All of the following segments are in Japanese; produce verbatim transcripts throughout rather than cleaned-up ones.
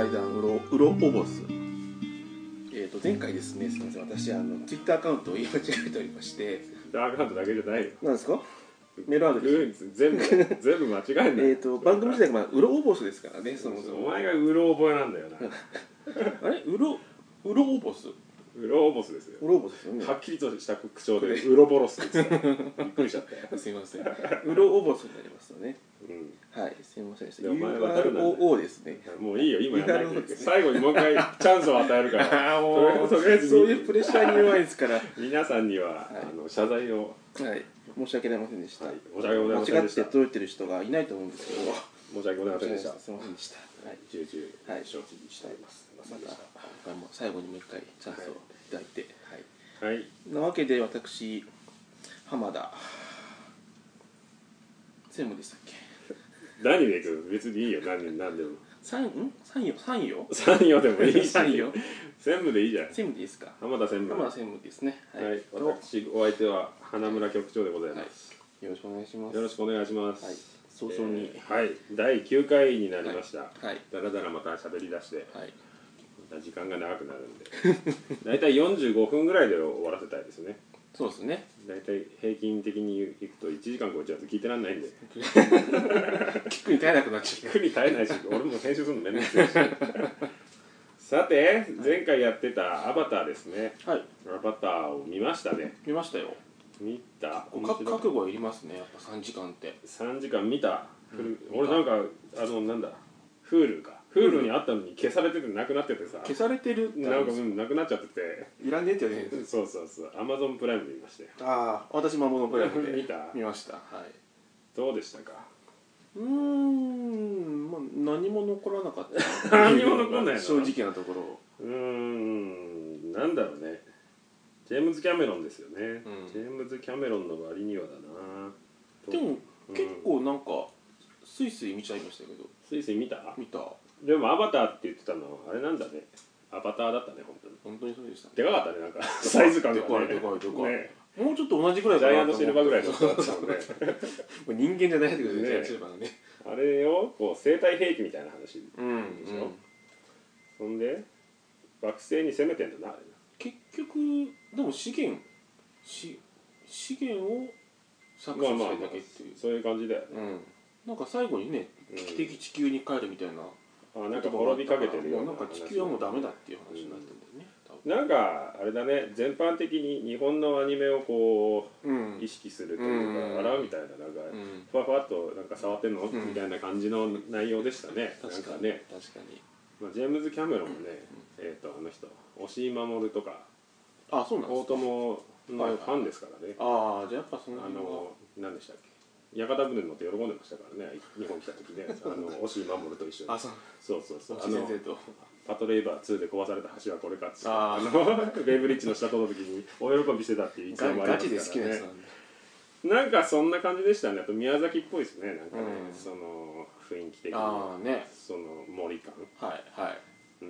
怪談うろうろオボス。えーと前回ですね、すみません、私あのツイッターアカウントを言い間違えておりまして。 ツイッターアカウントだけじゃないよ。 なんですか？メールアドレス全部全部間違えんだよ。 えーと番組自体がまあうろオボスですからね、そもそも。 お前がうろ覚えなんだよな。 あれうろうろオボス。 うろオボスですよ。 うろオボスですよね。 はっきりとした口調でうろボロスって言ってた。びっくりしちゃったよ。 すみません。うろオボスになりますよね。 うん、 はい、すみませんでした。 お前はユーアールオーオー ですね。 もういいよ、今やらないで。最後にもう一回チャンスを与えるから。 ああ、もうとりあえずそういうプレッシャーに弱いですから。 皆さんには、はい、あの謝罪を。 はい、申し訳ありませんでした。はい、 申し訳ございませんでした。 間違って届いてる人がいないと思うんですけど。 申し訳ございませんでした。 すみませんでした。はい、 重々承知しております。 また今回も最後にもう一回チャンスをいただいて、 はい。はい。 なわけで私浜田専務でしたっけ？ 何でいく？別にいいよ。何何でも。 三ん三よ三よ三よでもいいし。 三よ。 専務でいいじゃん。 専務でいいですか？ 浜田専務。 浜田専務ですね。 はい。私お相手は花村局長でございます。 よろしくお願いします。 よろしくお願いします。 はい。早々に、 えー、はい、だいきゅうかいになりました。 はい。 だらだらまた喋り出して、 はい。 また時間が長くなるんで、だいたいよんじゅうごふんぐらいで終わらせたいですね。 そうですね。 だいたい平均的にいくといちじかん超えちゃうと聞いてらんないんで。 聞くに耐えなくなっちゃう。 聞くに耐えないし、俺も編集するのめんどくさいし。さて、前回やってたアバターですね。 はい。 アバターを見ましたね。 見ましたよ。 見た？ 覚悟はいりますね、やっぱさんじかんって。 さんじかん見た。うん、俺なんかあのなんだ Hulu か Hulu にあったのに消されててなくなっててさ、 消されてるってなんか、うん、なくなっちゃってていらねえって言われる。そうそうそう、 Amazon プライムで見ましたよ。 ああ、私も Amazon プライムで見た？ 見ました。はい。 どうでしたか？ うーん、まあ何も残らなかった。 何も残んないの。 正直なところ。 うーん、なんだろうね。ジェームズ・キャメロンですよね、うん、ジェームズ・キャメロンの割にはだな。 でも、うん、結構なんかスイスイ見ちゃいましたけど。 スイスイ見た？ 見た。 でもアバターって言ってたのあれなんだね。アバターだったね、本当に。 本当にそうでした。 でかかったね、なんかサイズ感がね。 でかいでかいでかい、ね、もうちょっと同じぐらいかな。 ジャイアントシルバーぐらいの人だったので人間じゃないけどね、ジャイアントシルバーがね。あれをこう生態兵器みたいな話でしょ、 うんうん、 そんで惑星に攻めてんだな、あれ。 結局でも資源し資源を搾取したいだけっていう、まあまあまあ、 そういう感じだよね、うん、 なんか最後にね、危機的地球に帰るみたいな、 うん、あ、なんか滅びかけてるような、 なんか地球はもうダメだっていう話になってるんだよね、 うん、なんかあれだね、全般的に日本のアニメをこう、うん、意識するというか、うん、笑うみたいな、なんか、うん、ふわふわっとなんか触ってんの、うん、みたいな感じの内容でしたね。 確かに、 なんかね、 確かに、 まあ、ジェームズ・キャメロンもね、うん、えっ、ー、とあの人押井守とか、 あ、そうなんですか、 大友のファンですからね。 ああ、じゃあやっぱそのあの何でしたっけ、屋形船に乗って喜んでましたからね、日本来た時ね、あの押井守と一緒に。 あ、そうそうそうそう、 あのパトレイバーツーで壊された橋はこれかっつって、あのベイブリッジの下通った時にお喜びしてたっていう逸話もありますからね。 ガチで好きなやつなんで、なんかそんな感じでしたね。あと宮崎っぽいですね、なんかね、うん、その雰囲気的に、 あ、ね、 その森感、 はいはい、 うん、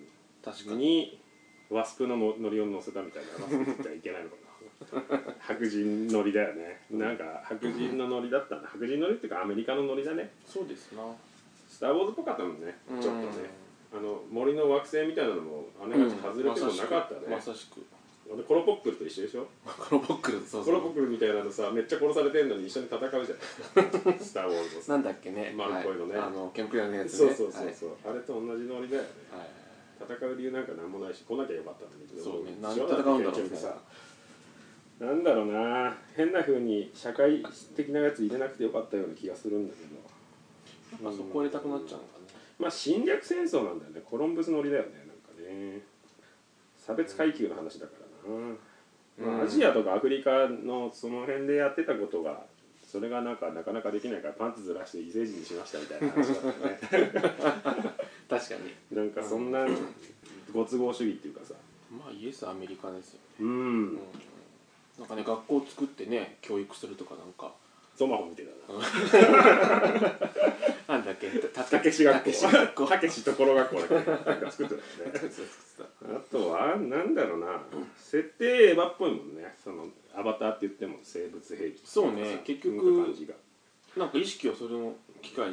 確かにワスプののりを乗せたみたいな、ワスプって言っちゃいけないのかな白人のりだよね、なんか白人ののりだったんだ、白人のりっていうかアメリカののりだね。 そうですな、 スター・ウォーズっぽかったもんね、ちょっとね、あの森の惑星みたいなのもあながち外れてもなかったね、 まさしく、 コロポックルと一緒でしょ。 コロポックル、そうそう、 コロポックルみたいなのさ、めっちゃ殺されてんのに一緒に戦うじゃんスター・ウォーズのさ、 なんだっけね、 丸っこいのね、 はい、あのケンプリのやつね、そうそうそうそう、はい、あれと同じノリだよね、はい、戦う理由なんかなんもないし、来なきゃよかったのに。 そうね、何で戦うんだろうね。 なんだろうな、変な風に社会的なやつ入れなくてよかったような気がするんだけど、なんかそこ入れたくなっちゃうのかね。 まあ侵略戦争なんだよね、コロンブスノリだよね、なんかね、差別階級の話だからな、うん、まあ、アジアとかアフリカのその辺でやってたことが、それがなんかなかなかできないからパンツずらして異星人にしましたみたいな話だったね確かに、 なんかそんなご都合主義っていうかさ、 まあイエスアメリカですよね。 うん、うん、 なんかね、学校を作ってね、教育するとか、なんかゾマホみたいだななんだっけ、 たけし学校、たけしところ学校だっけ、なんか作ってたよねあとはなんだろうな、設定エヴァっぽいもんね、そのアバターって言っても生物兵器、 そうね、結局なんか意識をそれの機会に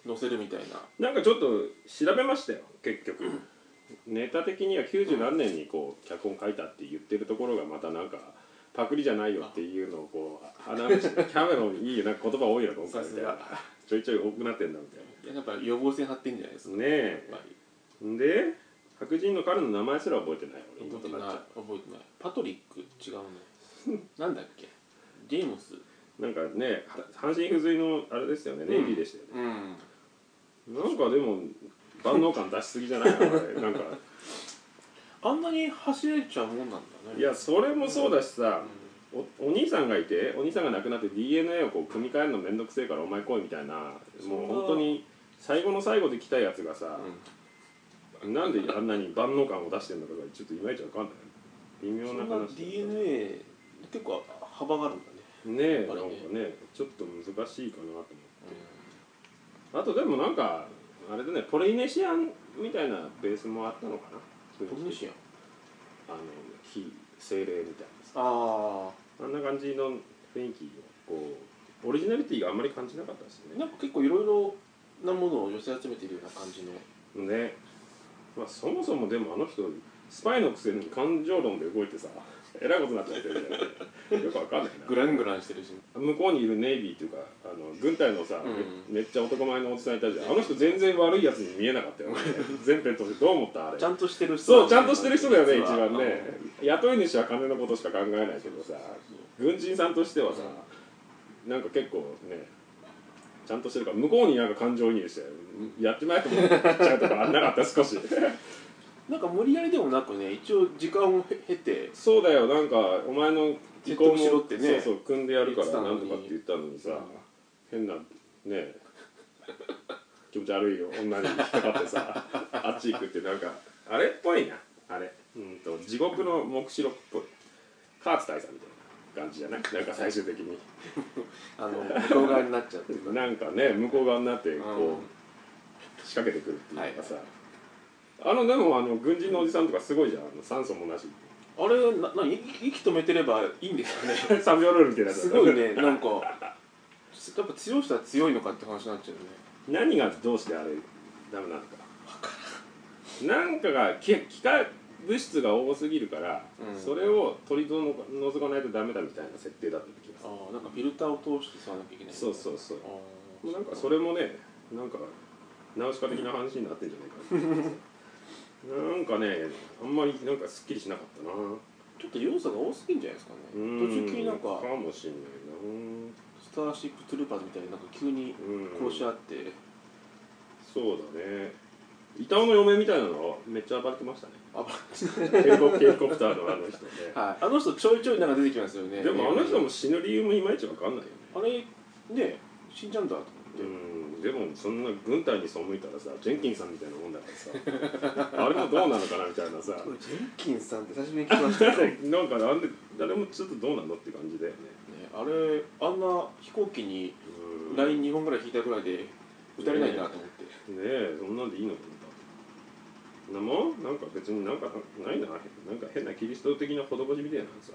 載せるみたいな。 なんかちょっと調べましたよ結局、うん、ネタ的にはきゅうじゅう何年にこう脚本書いたって言ってるところがまたなんかパクリじゃないよっていうのをこう鼻口でキャメロンいいなんか言葉多いよ今回みたいなちょいちょい多くなってんだみたいな。 やっぱ予防線張ってんじゃないですかねえ。やっぱりで白人の彼の名前すら覚えてない俺覚えてない覚えてないパトリック違うねなんだっけジェームスなんかね阪神不随のあれですよね、ネイビーでしたよね、うん、なんかでも万能感出しすぎじゃないかななんかあんなに走れちゃうもんなんだね。 いやそれもそうだしさ、うん、お, お兄さんがいてお兄さんが亡くなって ディーエヌエー をこう組み替えるのめんどくせえからお前来いみたいなもう本当に最後の最後で来たやつがさ、うん、なんであんなに万能感を出してるのかがちょっといまいちわかんない微妙な話。 そんな ディーエヌエー 結構幅があるんだね。 ねえ、なんかねちょっと難しいかなと思って、うん、あとでもなんかあれだねポリネシアンみたいなベースもあったのかな。 ポリネシアンあの非精霊みたいなあああんな感じの雰囲気をこうオリジナリティがあんまり感じなかったですね。 なんか結構いろいろなものを寄せ集めているような感じのね。まあそもそもでもあの人スパイのくせに感情論で動いてさえらいことになっちゃってるじゃないよくわかんないな。 グラングランしてるし向こうにいるネイビーっていうかあの軍隊のさ、うん、めっちゃ男前のおじさんいたじゃん。あの人全然悪いやつに見えなかったよね全編としてどう思ったあれ。 ちゃんとしてる人そうちゃんとしてる人だよね一番ね。雇い主は金のことしか考えないけどさ軍人さんとしてはさ、うん、なんか結構ねちゃんとしてるから向こうになんか感情移入してやってまえと思っちゃうとかあんなかった少しなんか無理やりでもなくね一応時間を経てそうだよなんかお前の意向もしろってねそうそう組んでやるからなんとかって言ったのにさ、うん、変なね気持ち悪いよ女に引っかかってさあっち行くってなんかあれっぽいなあれうんと地獄の黙示録っぽいカーツ大佐みたいな感じじゃないなんか最終的にあの向こう側になっちゃってるなんかね向こう側になってこう、うん、仕掛けてくるっていうかさ、はいあのでもあの軍人のおじさんとかすごいじゃんあの酸素もなしあれな何息止めてればいいんですかねサビオルールみたいなすごいねなんかやっぱ強い人は強いのかって話になっちゃうね。 何がどうしてあれダメなのか分からんなんかが気化物質が多すぎるから、うん、それを取り除かないとダメだみたいな設定だった気がする。 ああなんかフィルターを通して吸わなきゃいけないそうそうそうなんかそれもねなんかナウシカ的な話になってんじゃないかななんかね、あんまりなんかすっきりしなかったな。 ちょっと要素が多すぎんじゃないですかね。途中急になんかかもしんないな。 スターシップトゥルーパーズみたいになんか急に殺し合って、 そうだね。板尾の嫁みたいなのめっちゃ暴れてましたね。 暴れてヘリコプターのあの人ね。 はい。あの人ちょいちょいなんか出てきますよね。 でもあの人も死ぬ理由もいまいちわかんないよね。 あれね死んじゃうんだと思って。 うんでもそんな軍隊に背いたらさジェンキンさんみたいなもんだからさあれもどうなのかなみたいなさジェンキンさんって久しぶりに聞きましたねなんかなんで誰もちょっとどうなのって感じだよね。 ねあれあんな飛行機にラインにほんぐらい引いたぐらいで撃たれないなと思ってねえそんなんでいいのかなもなんか別になんかないななんか変なキリスト的な施しみたいなさ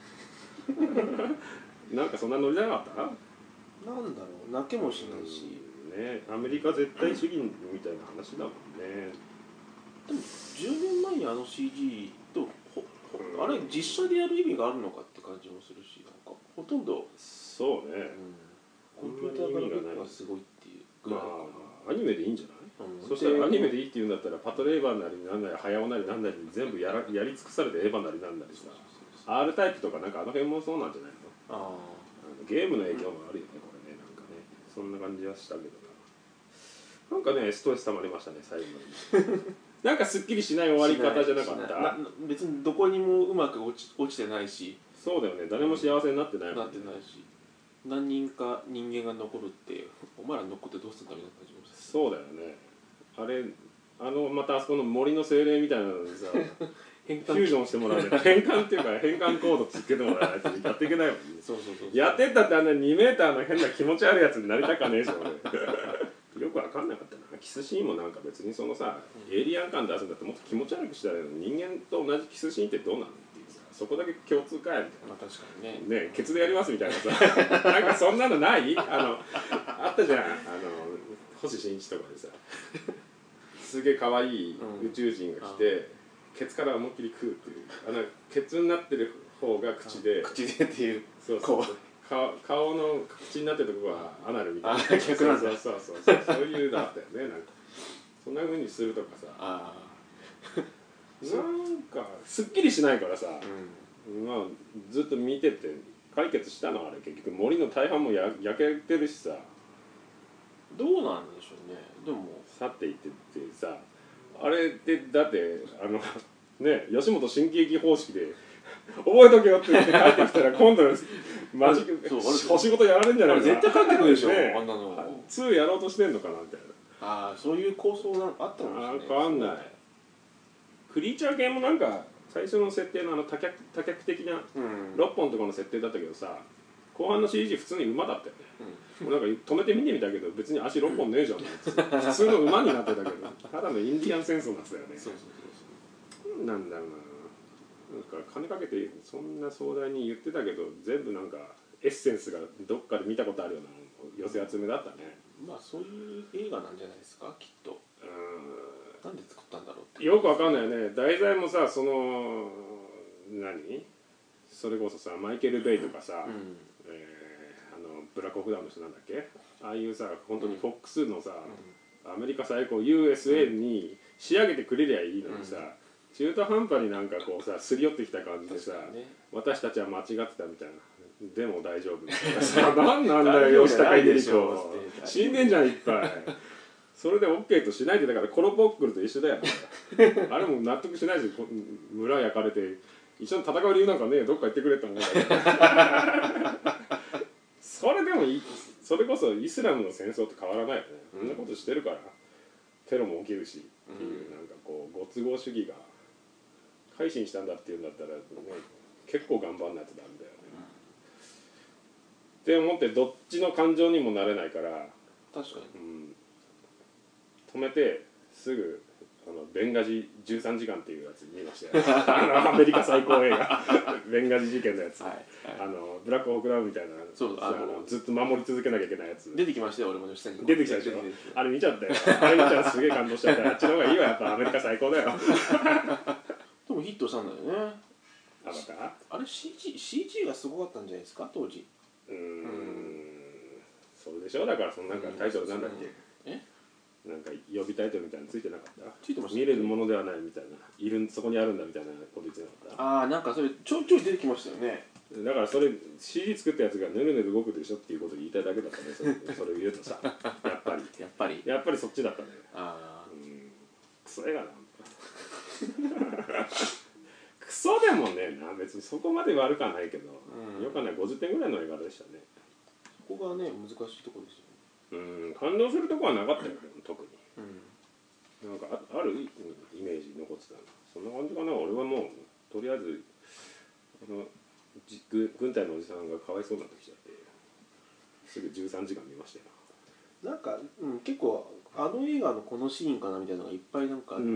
なんかそんなノリじゃなかったなんだろう泣けもしないし、 ね、アメリカ絶対主義みたいな話だもんね。 でもじゅうねんまえにあの シージー とほほあれ実写でやる意味があるのかって感じもするしなんかほとんどそうね、 うん、コンピューターグラフィックがすごいっていうぐらいかな、まあ、アニメでいいんじゃない、うん、そしたらアニメでいいって言うんだったらパトレーバーなりなんなり早尾なりなんなり全部やらやり尽くされてエヴァなりなんなりさ R タイプとかなんかあの辺もそうなんじゃないの。ああゲームの影響もあるよねこれねなんかねそんな感じはしたけどな。なんかねストレス溜まりましたね最後までなんかすっきりしない終わり方じゃなかった。 別にどこにもうまく落ち、落ちてないしそうだよね誰も幸せになってないもん、ね、 なってないし何人か人間が残るってお前ら残ってどうするんだみたいな感じもした。 そうだよねあれあのまたあそこの森の精霊みたいなのにさ変換フュージョンしてもらうね変換っていうか変換コードつけてもらわないとやっていけないもんねそうそうそうやってったってあんなにメーターの変な気持ち悪いやつになりたかねえし俺よくわかんなかったな。キスシーンもなんか別にそのさ、うん、エイリアン感出すんだってもっと気持ち悪くしたら人間と同じキスシーンってどうなのっていうさそこだけ共通かやみたいな、 まあ、確かにねねケツでやりますみたいなさなんかそんなのないあのあったじゃんあの星新一とかでさすげえ可愛い宇宙人が来て、うん、ケツから思いっきり食うっていうあのケツになってる方が口で口でっていうそうそうそう顔, 顔の口になってるとこはアナルみたいな逆なんだそうそうそうそうそういうのあったよねなんかそんな風にするとかさあなんかすっきりしないからさ、うん、まあずっと見てて解決したのあれ結局森の大半もや焼けてるしさどうなんでしょうねでも去っていってってさあれってだってあのね吉本新喜劇方式で覚えとけよって言って帰ってきたら今度マジ星ごとやられるんじゃないかな絶対帰ってくるでしょ、ね、あんなのツーやろうとしてんのかなみたいなああそういう構想があったのかもしれない、 あ分かんないクリーチャー系もなんか最初の設定のあの多脚多脚的なろっぽんとかの設定だったけどさ後半の シージー 普通に馬だったよね、うん、俺なんか止めて見てみたけど別に足ろっぽんねえじゃん普通の馬になってたけどただのインディアン戦争なんだよねそうそうそうそうなんだろうななんか金かけてそんな壮大に言ってたけど全部なんかエッセンスがどっかで見たことあるような寄せ集めだったねまあそういう映画なんじゃないですかきっとうんなんで作ったんだろうってよくわかんないよね題材もさその何それこそさマイケル・ベイとかさ、うんえー、あのブラックホークダウンの人なんだっけああいうさ本当にフォックスのさ、うん、アメリカ最高 ユーエスエー に仕上げてくれりゃいいのにさ、うん中途半端になんかこうさすり寄ってきた感じでさ、ね、私たちは間違ってたみたいなでも大丈夫みたいなさ何なんだよ吉高由里子死んでんじゃんいっぱいそれで OK としないでだからコロポックルと一緒だよあれも納得しないし村焼かれて一緒に戦う理由なんかねえどっか行ってくれって思うんだけどそれでもいいそれこそイスラムの戦争と変わらないよね、うん、そんなことしてるからテロも起きるしっていう、うん、なんかこうご都合主義が改心したんだっていうんだったら、ね、結構頑張んないとダメだよね、うん、って思ってどっちの感情にもなれないから確かに、 うん、止めてすぐあのベンガジじゅうさんじかんっていうやつ見ましたよあのアメリカ最高映画ベンガジ事件のやつ、はいはい、あのブラックホークダウンみたいなそうあのずっと守り続けなきゃいけないやつ出てきましたよ俺も吉谷出てきたでしょあれ見ちゃったよあれ見ちゃすげえ感動しちゃったあっちの方がいいわやっぱアメリカ最高だよでもヒットしたんだよねあまたあれ シージー, シージー がすごかったんじゃないですか当時うーんうんそれでしょだからそのなんかタイトルなんだっけ、 うん、えなんか予備タイトルみたいなのついてなかったついてました、 見れるものではないみたいないるそこにあるんだみたいなこと言ってなかったああなんかそれちょいちょい出てきましたよねだからそれ シージー 作ったやつがぬるぬる動くでしょっていうことを言いたいだけだったねそれ, それを言うとさやっぱりやっぱりやっぱりそっちだったねああ、 うん、クソ映画なクソでもねな別にそこまで悪くはないけど、うん、よくはないごじゅってんぐらいの映画でしたねそこがね難しいところですよねうん感動するとこはなかったよ特に、うん、なんか あ, あるイメージ残ってたなそんな感じかな俺はもうとりあえずあの軍隊のおじさんがかわいそうになってきちゃってすぐじゅうさんじかん見ましたよなんか、うん、結構あの映画のこのシーンかなみたいなのがいっぱいなんかあって、うん、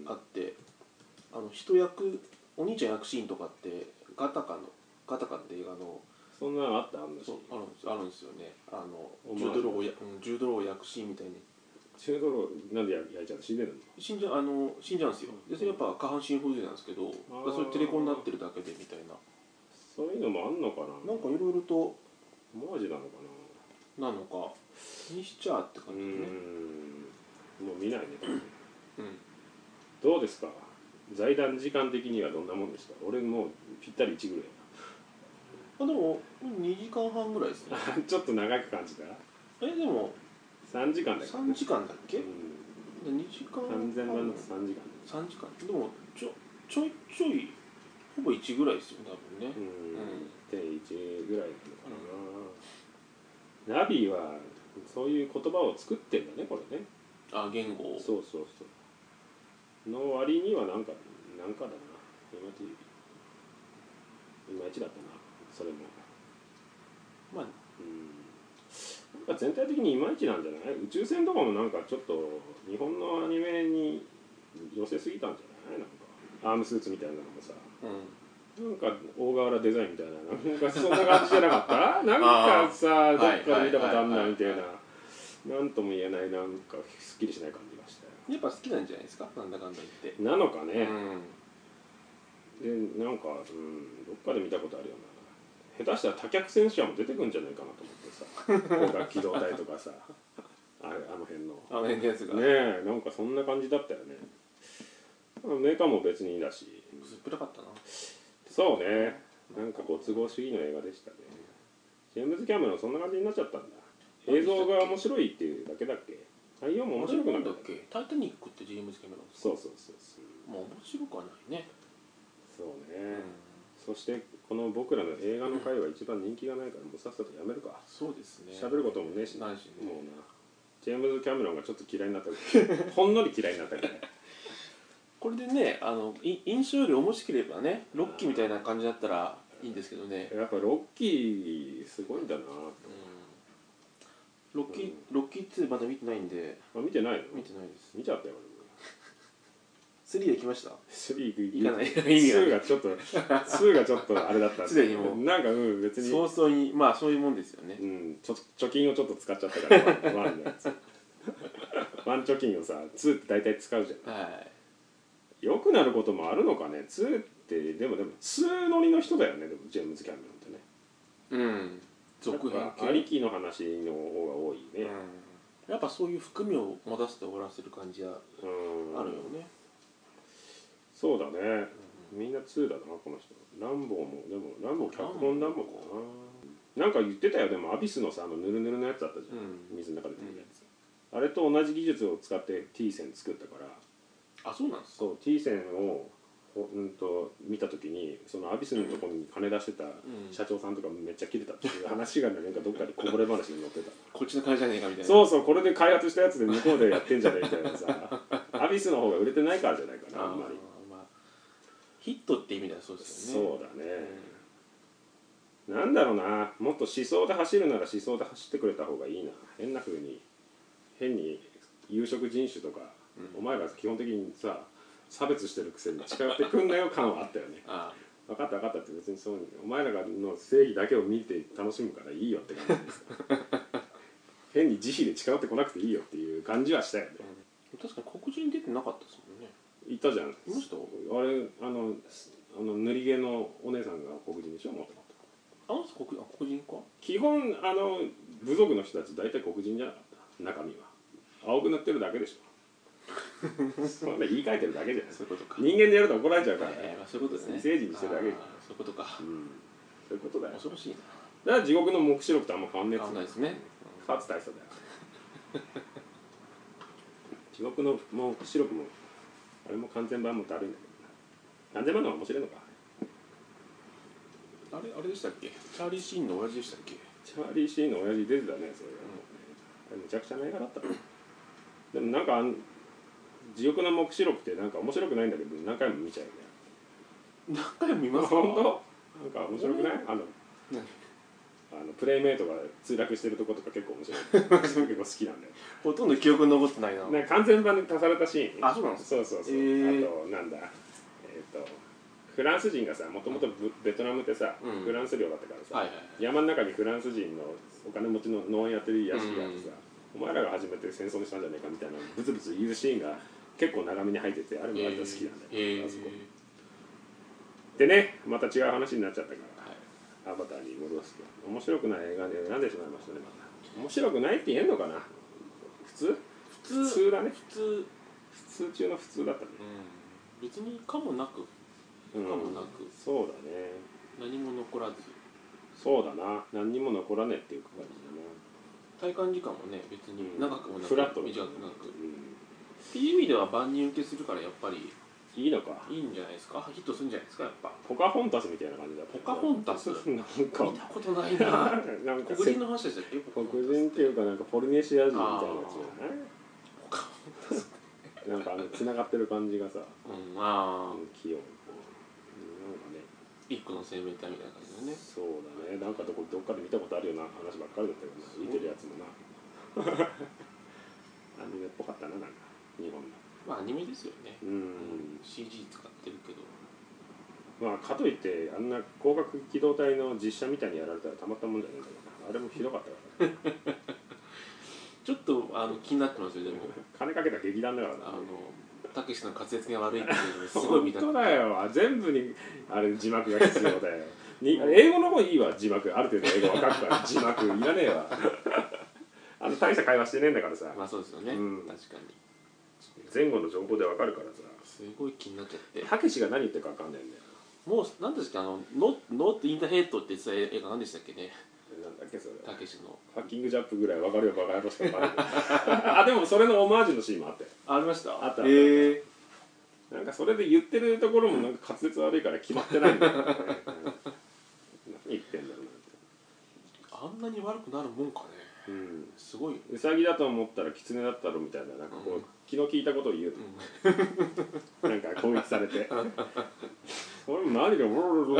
あの人役お兄ちゃん役シーンとかってガタカのガタカって映画のそんなのあったあんのそうあるんですあるんですよねあのジュードローをや、うん、ジュードローを焼くシーンみたいにジュードローなんで焼いちゃうの死んでるの死んじゃあの死んじゃうんですよでそれやっぱ下半身不随なんですけどそれテレコになってるだけでみたいなそういうのもあんのかななんかいろいろとマジなのかななのかにしちゃって感じですねうんもう見ないねうんどうですか財団時間的にはどんなもんですか俺もうぴったりいちぐらいあでもにじかんはんぐらいですねちょっと長く感じたえでもさんじかんだっけ、ね、 さんじかんだっけ、うん、にじかんはんさんぜんばんのさんじかんさんじかんでもちょちょいちょいほぼいちぐらいですよ多分ねうん、うん、 いってんいちぐらいなのかな、うん、ナビはそういう言葉を作ってんだねこれねあ言語をそうそうそうの割にはなんかなんかだないまいちいまいちだったなそれもまあうんなんか全体的にいまいちなんじゃない宇宙船とかもなんかちょっと日本のアニメに寄せすぎたんじゃないなんかアームスーツみたいなのもさ、うん、なんか大河原デザインみたいななんかそんな感じじゃなかったなんかさどっかで見たことあんなみたいななんとも言えないなんかすっきりしない感じがしたよ。 やっぱ好きなんじゃないですか、なんだかんだ言って。 なのかね、 うん、 でなんか、うん、どっかで見たことあるよな。下手したら多脚戦車も出てくんじゃないかなと思ってさ光学機動隊とかさあれあの辺のあの辺のやつがねえ、なんかそんな感じだったよね。メーカーも別にいいだし、 薄っぺらかったな。 そうね、なんかご都合主義の映画でしたね。ジェームズ・キャメロンそんな感じになっちゃったんだ。映像が面白いっていうだけだっけ。内容も面白くなかったっけ。 タイタニックってジェームズ・キャメロン。 そうそうそうそう。 まあ面白くはないね。 そうね、うん、そしてこの僕らの映画の回は一番人気がないからもうさっさとやめるか。 そうですね、 喋ることもねえしないしね。 もうなジェームズ・キャメロンがちょっと嫌いになったほんのり嫌いになったからねこれでね、あの印象より面白ければね、ロッキーみたいな感じだったらいいんですけどね。 やっぱロッキーすごいんだな、うん、 ロッキー、うん、ロッキーツーまだ見てないんで。 あ、見てないの？ 見てないです。 見ちゃったよスリーで来ました。 スリー行かない。 ツーがちょっとツーがちょっとあれだったんすでにもうなんかうん別に早々にまあそういうもんですよね。 うん、ちょ貯金をちょっと使っちゃったからワンのやつワン貯金をさツーって大体使うじゃん。 はい。 良くなることもあるのかね。ツーってでもでもツー乗りの人だよね。でもジェームズ・キャメロンってね。うん。続編ありきの話の方が多いね。 うん、やっぱそういう含みを持たせて終わらせる感じはあるよね。 そうだね、うん、みんなツーだなこの人。ランボーもでもランボー脚本ランボーだな。なんか言ってたよ。でもアビスのさあのヌルヌルのやつあったじゃん、うん、水の中で出てるやつ、うん、あれと同じ技術を使って T 線作ったから。 あ、そうなんですか。 そう T 線をうんと見た時にそのアビスのところに金出してた社長さんとかめっちゃキレたっていう話がねなんかどっかでこぼれ話に載ってたこっちの会社じゃねえかみたいな。 そうそう、これで開発したやつで向こうでやってんじゃねえみたいなさアビスの方が売れてないからじゃないかな。あんまり、まあ、 ヒットって意味ではそうですよね。 そうだね、うん、なんだろうな、もっと思想で走るなら思想で走ってくれた方がいいな。変な風に変に有色人種とか、うん、お前ら基本的にさ差別してるくせに近寄ってくんなよ感はあったよね。ああ分かった分かったって別にそうにお前らがの正義だけを見て楽しむからいいよって感じです変に慈悲で近寄ってこなくていいよっていう感じはしたよね、 うん、確かに黒人出てなかったですもんね。 いたじゃん。 いました。 あれあのあの塗り毛のお姉さんが黒人でしょ。もともとあの人黒人か。 基本あの部族の人たち大体黒人じゃなかった。中身は青く塗ってるだけでしょそんな言い換えてるだけじゃない。 そういうことか。 人間でやると怒られちゃうから、 えーまあ、そういうことですね。 異星人にしてるだけじゃん。 そういうことか、 うん、そういうことだよ。 恐ろしいな。だから地獄の黙示録とあんま変わんねえっつう。 変わんないですね。 ファーツ大佐だよ地獄の黙示録もあれも完全版もだるいんだけどな。完全版の方が面白いのか。 あれあれでしたっけ。チャーリー・シーンの親父でしたっけ。 チャーリー・シーンの親父出てたね。それが、うん、あれめちゃくちゃな映画だったでもなんか地獄の黙示録ってなんか面白くないんだけど何回も見ちゃうよね。何回も見ますか。 本当なんか面白くない。あのあのプレイメイトが墜落してるとことか結構面白い結構好きなんだよほとんど記憶に残ってないな。 なんか完全版で足されたシーン。 あ、そうなんですか。 そうそうそう、えー、あとなんだえっ、ー、とフランス人がさもともとベトナムってさ、うん、フランス領だったからさ、はいはいはい、山の中にフランス人のお金持ちの農園やってる屋敷があってさ、うん、お前らが初めて戦争にしたんじゃねえかみたいなブツブツ言うシーンが結構長めに入っててあれも割と好きなんだよ、えー、あそこでね。また違う話になっちゃったから、はい、アバターに戻すと面白くない映画で選んでしまいましたね。また面白くないって言えんのかな。普通普通だね。 普通普通中の普通だったね、 うん、別にかもなくかもなく、 うん、そうだね。 何も残らず。 そうだな、何にも残らねえっていう感じだな。 体感時間もね別に長くもなく、 フラット短くなく、うん、っていう意味では万人受けするからやっぱりいいのか。 いいんじゃないですか。ヒットするんじゃないですか。やっぱポカホンタスみたいな感じだ。 ポカホンタスなんか見たことないななんか黒人の話でしたっけ。 黒人っていうかなんかポリネシア人みたいなやつじゃない。 ポカホンタスなんかあの繋がってる感じがさ、 うん、ああ器用にこうなんかね一個の生命体みたいな感じだね。 そうだね。なんかどこどっかで見たことあるような話ばっかりだったよな。見てるやつもなアニメっぽかったな。なんか日本のまあアニメですよね。 うん、 うん、シージー 使ってるけどまあかといってあんな光学機動隊の実写みたいにやられたらたまったもんじゃないんだけどな。あれもひどかったからねちちょっとあの気になってますよ。でも金かけた劇団だからな。 あのたけしの滑舌が悪いっていうのすごい見た。 本当だよ。全部にあれ字幕が必要だよ。に英語の方いいわ、字幕。ある程度英語は書くから字幕いらねえわ。あの大した会話してねえんだからさ。 まあそうですよね、うん、確かに前後の情報でわかるからさ。 すごい気になっちゃって。 たけしが何言ってるかわかんないんだよ。 もう何ですか、あのノノットインターヘッドって言ってた映画何でしたっけね。 なんだっけそれ。 たけしのハッキングジャップぐらいわかるよバカ野郎しかわかんない。あでもそれのオマージュのシーンもあって。 ありました。 あったあった。 へえ。 なんかそれで言ってるところもなんか滑舌悪いから決まってないんだよね。何言ってんだろうなって。 あんなに悪くなるもんかね。うん、すごい。 ウサギだと思ったらキツネだったろみたいな、なんかこう、うん、気の利いたことを言うと、うん、なんか攻撃されてそれマジで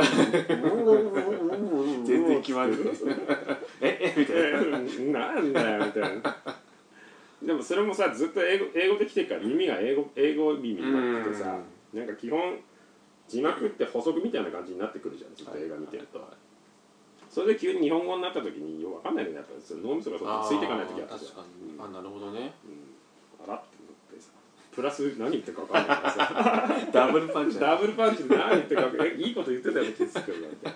全然決まるええみたいななんだよみたいな。でもそれもさ、ずっと英語、英語で来てるから耳が英語、英語耳になっててさ、なんか基本字幕って補足みたいな感じになってくるじゃん、ずっと映画見てると。それで急に日本語になった時によく分かんないのになったんですよ。脳みそがそっちついていかない時あったじゃん。 確かに、うん、あ、なるほどね、 うん、あらって思ってさ、プラス何言ってるか分かんないからさダブルパンチダブルパンチで何言ってるか分かんない。いいこと言ってたよね、気づくよね。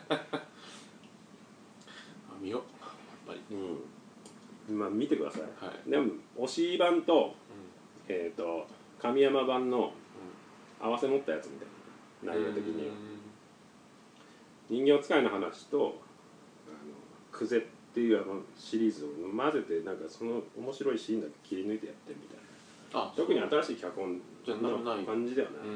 見よう、やっぱり。 うん、まあ見てください、はい、でも推し版と、うん、えっ、ー、と神山版の合わせ持ったやつみたいな、内容的には人形使いの話とあのクゼっていうあのシリーズを混ぜて、なんかその面白いシーンだけ切り抜いてやってるみたいな。あ、特に新しい脚本の感じではない。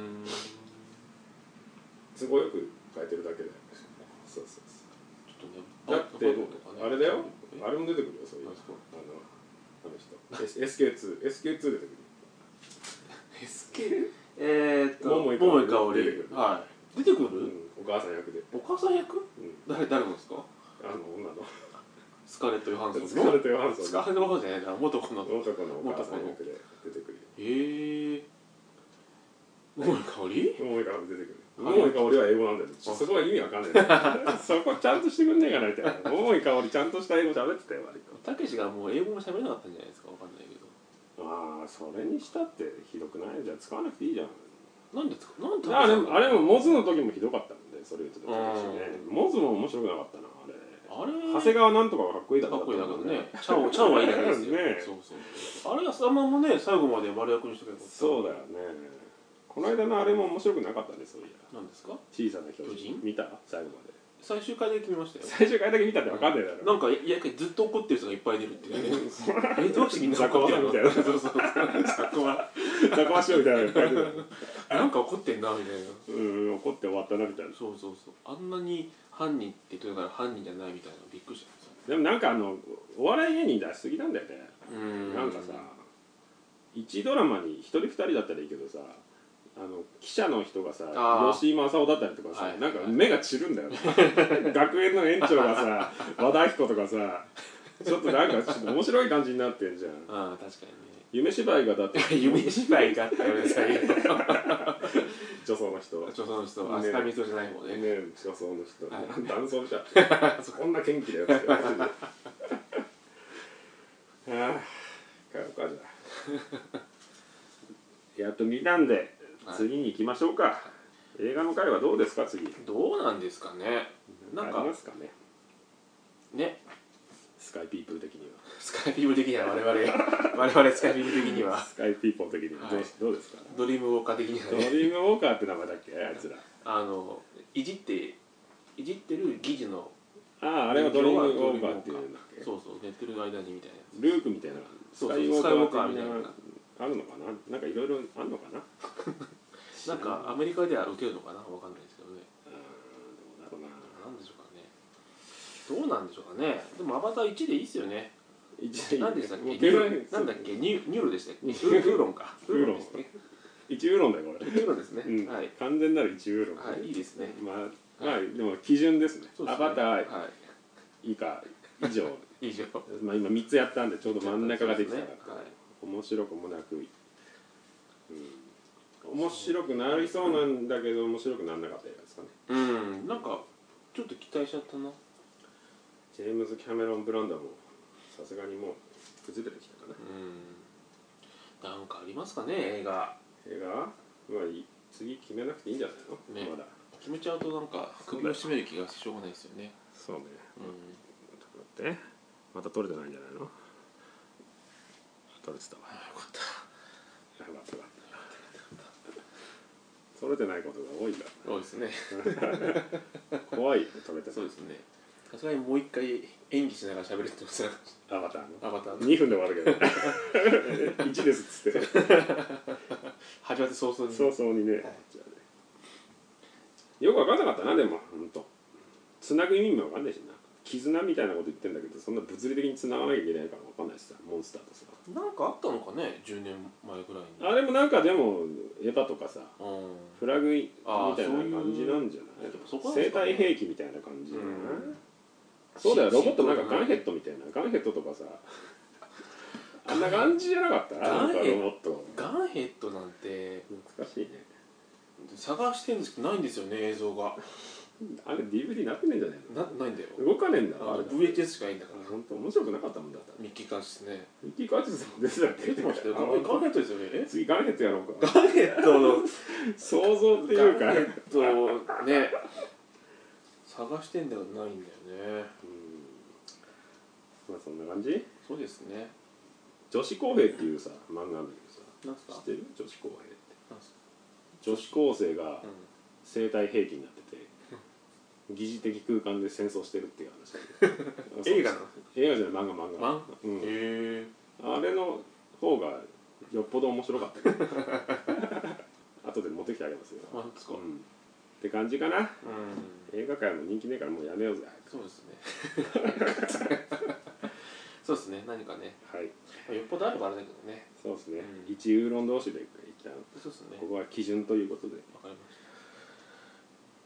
都合よく変えてるだけで。そうそうそう。ちょっとね、だってあれだよ、あれも出てくるよ、そういうあのあの人 エスケーツー エスケーツー 出てくる。 エスケー えーっと桃井かおり出てくる。はい。出てくる？ お母さん役で。 お母さん役？誰誰のですか？ あの女の。 スカーレット・ヨハンソンの。 スカーレット・ヨハンソン。 スカーレット・ヨハンソンじゃないな、元子の。 元子のお母さん役で出てくる。 へえ。桃井かおり？ 桃井かおり出てくる。桃井かおりは英語なんだよ。そこは意味わかんない。そこちゃんとしてくんねえかなみたいな。桃井かおりちゃんとした英語喋ってたよ割と。 たけしがもう英語も喋れなかったんじゃないですか、わかんないけど。 ああ、それにしたってひどくない？じゃあ使わなくていいじゃん。 なんで使う？なんで？ あれあれもモズの時もひどかったんで、それ言ってたね。モズも面白くなかったなあれ。あれ長谷川なんとかはかっこいいだかっこいいだからね。チャオチャオはいいだけですよね。そうそう。あれがそのままね最後まで丸役にしてくれた。 そうだよね。この間のあれも面白くなかったね、そういや。 何ですか？ 小さな巨人見た？最後まで。 最終回だけ見ましたよ。 最終回だけ見たって分かんないだろ。 なんかいやずっと怒ってる人がいっぱい出るっていうね。え、どうしてみんな怒ってるのみたいな。そうそうそう。ザコはザコはしようみたいなのいっぱい出る。 なんか怒ってんなみたいな。 うん、怒って終わったなみたいな。 そうそうそう。あんなに犯人って言ってるから犯人じゃないみたいなびっくりした。 でもなんかあのお笑い芸人出しすぎなんだよね。うん。なんかさ、一ドラマに一人二人だったらいいけどさ。あの記者の人がさ、吉井正夫だったりとかさ、はい、なんか目が散るんだよ、ね、学園の園長がさ和田アキ子とかさ、ちょっとなんかちょっと面白い感じになってんじゃん。 ああ確かにね。 夢芝居がだって夢芝居がって言われたらいい女装の人女装の人アスタミソじゃない方ね。 ね女装の人、はい、男装じゃんこんな元気だよってああ帰ろうかじゃあやっと見たんで次に行きましょうか、はい、映画の回はどうですか次。 どうなんですかね。 なんかありますかね。 ね。 スカイピープル的には。 スカイピープル的には我々我々スカイピープル的には。 スカイピーポー的には、はい、どうですか。 ドリームウォーカー的には、ね。 ドリームウォーカーって名前だっけあいつら。 あのいじっていじってる疑似の。 あああれはドリームウォーカーっていうんだっけ。 そうそう寝てる間にみたいな。 ルークみたいな。 スカイウォーカーみたいな。 あるのかな。なんかいろいろあるのかな。 なんかアメリカでは受けるのかな、わかんないですけどね。 どうだろうな。 なんでしょうかね。どうなんでしょうかね。でもアバターいちでいいっすよね。いちでいい。何でしたっけ？なんだっけ？ニューロでしたっけ？ウーロンか。 ウーロン。いちウーロンだよこれ。 いちウーロンですね。 はい。完全なるいちウーロン。 はい、いいですね。 まあまあでも基準ですね。アバター以下以上。 以上。 まあ今みっつやったんでちょうど真ん中ができたから。面白くもなく。面白くなりそうなんだけど面白くならなかった映画ですかね。 うん、なんかちょっと期待しちゃったな。 ジェームズ・キャメロン・ブランドもさすがにもう崩れてきたかな。 うん、なんかありますかね映画。 映画まあいい次決めなくていいんじゃないの、ね、まだ決めちゃうとなんか首を絞める気がしょうがないですよね。 そうね、 うん、 ちょっと待ってまた取れてないんじゃないの。取れてたわ。 よかった。 よかったよかった。取れてないことが多いから。 多いですね。 怖い取れてない。 そうですね。さすがにもう一回演技しながら喋るってことはアバターのアバターのにふんで終わるけどいちですっつって始まって早々に早々にね、はい、じゃあねよく分かんなかったな。でもほんとつなぐ意味も分かんないしな。絆みたいなこと言ってんだけどそんな物理的につながなきゃいけないから分かんないしさ。モンスターとさなんかあったのかねじゅうねんまえぐらいに。 あれもなんかでもエヴァとかさ、うん、フラグみたいな感じなんじゃない。そこ生体兵器みたいな感じじゃない、うん、そうだよ。ロボットなんかガンヘッドみたいなガンヘッドとかさあんな感じじゃなかった。ガンヘッドガンヘッドなんて難しいね。探してるんですけどないんですよね映像が。 あれ ディーブイディー なってねえんじゃねえの。 な, ないんだよ。 動かねえんだ。 あれ ブイエイチエス しかないんだから。 本当面白くなかったもんだった。 ミッキー・カーチスね。 ミッキー・カーチスも出てたっけ。 出てましたよ。ガンヘッドですよね。え次ガンヘッドやろうか。 ガンヘッドの想像っていうかガンヘッドね探してんだよないんだよね。 まあそんな感じ。 そうですね。 女子高兵っていうさ漫画なんだけどさ、 なんすか知ってる？女子高兵ってなんすか。 女子高生が生体兵器になってて、うん、疑似的空間で戦争してるっていう話。 映画なの？ 映画じゃない漫画漫画。 漫画、うん、へえ。 あれの方がよっぽど面白かったけど後で持ってきてあげますよ。 あ、そうですか。うん、 って感じかな、うん、映画界も人気ねえからもうやめようぜ。 そうですねそうですね。何かね、はい、よっぽどあればあれだけどね。 そうですね、うん、一ウーロン同士で一旦そうですね、 ここは基準ということで。 わかりました。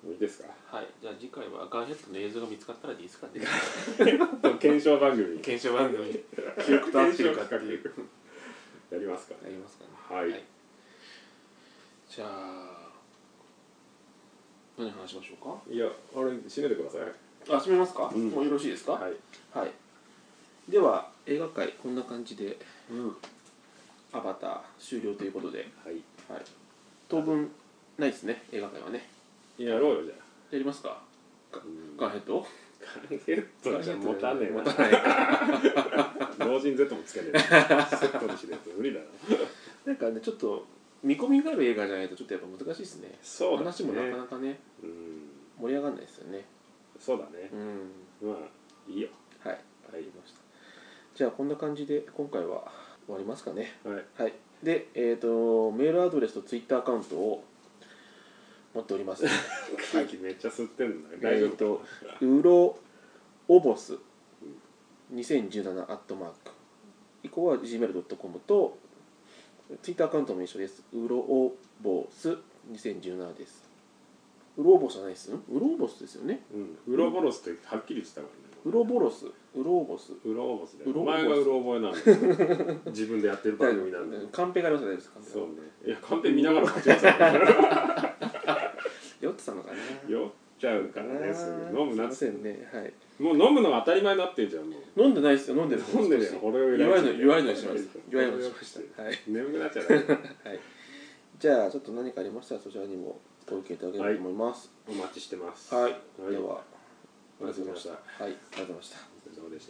いいですか。 はい、じゃあ次回はガンヘッドの映像が見つかったらでいいですかね検証番組検証番組記憶と合ってるかっていうやりますか。 やりますかね。 はい、はい、 じゃあ何話しましょうか。 いや、あれ締めてください。 あ、締めますか、うん、もうよろしいですか。 はい、 はい、では映画界こんな感じで、うん、アバター終了ということで、 はいはい、当分ないですね映画界はね。 やろうよじゃあ。 やりますか。ガンヘッド？ ガンヘッドじゃ持たねえな。持たない老人 Z もつけねえセットにしねえと無理だな。 なんかねちょっと見込みがある映画じゃないとちょっとやっぱ難しいですね。 そうだね。 話もなかなかね、うん、盛り上がらないですよね。 そうだね、うん、まあいいよ。 はい、わかりました。じゃあこんな感じで今回は終わりますかね。 はい、 はい、で、えーと、メールアドレスとツイッターアカウントを持っております。 空気めっちゃ吸ってんのね。大丈夫か。 えーとウロオボスにせんじゅうななアットマーク以降は ジーメールドットコム とツイッターアカウントも一緒です。ウロオボスにせんじゅうななです。ウロオボスじゃないですよ。ウロオボスですよね。 うん。ウロボロスってはっきり言ってたからね。 ウロボロス、ウロオボス、 ウロオボスで。お前がウロ覚えなんだよ。自分でやってる番組なんだよ。 カンペがありますね。 そうね。いやカンペ見ながら間違えた。 酔ってたのかな。 酔っちゃうからね。すぐ飲むなっつってね。はい。 もう飲むのが当たり前になってんじゃんもう。 飲んでないですよ。飲んでる。 飲んでるよ。これを弱いの弱いのにしました。弱いのにしました。はい。 眠くなっちゃう。はい。 じゃあちょっと何かありましたらそちらにもご意見いただければと思います。 お待ちしてます。 はい。ではお疲れ様でした。 はい。ありがとうございました。 お疲れ様でした。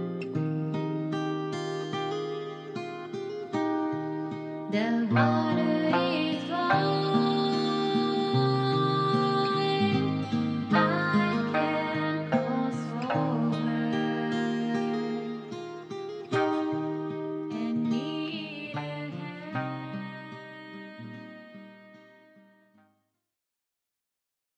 The water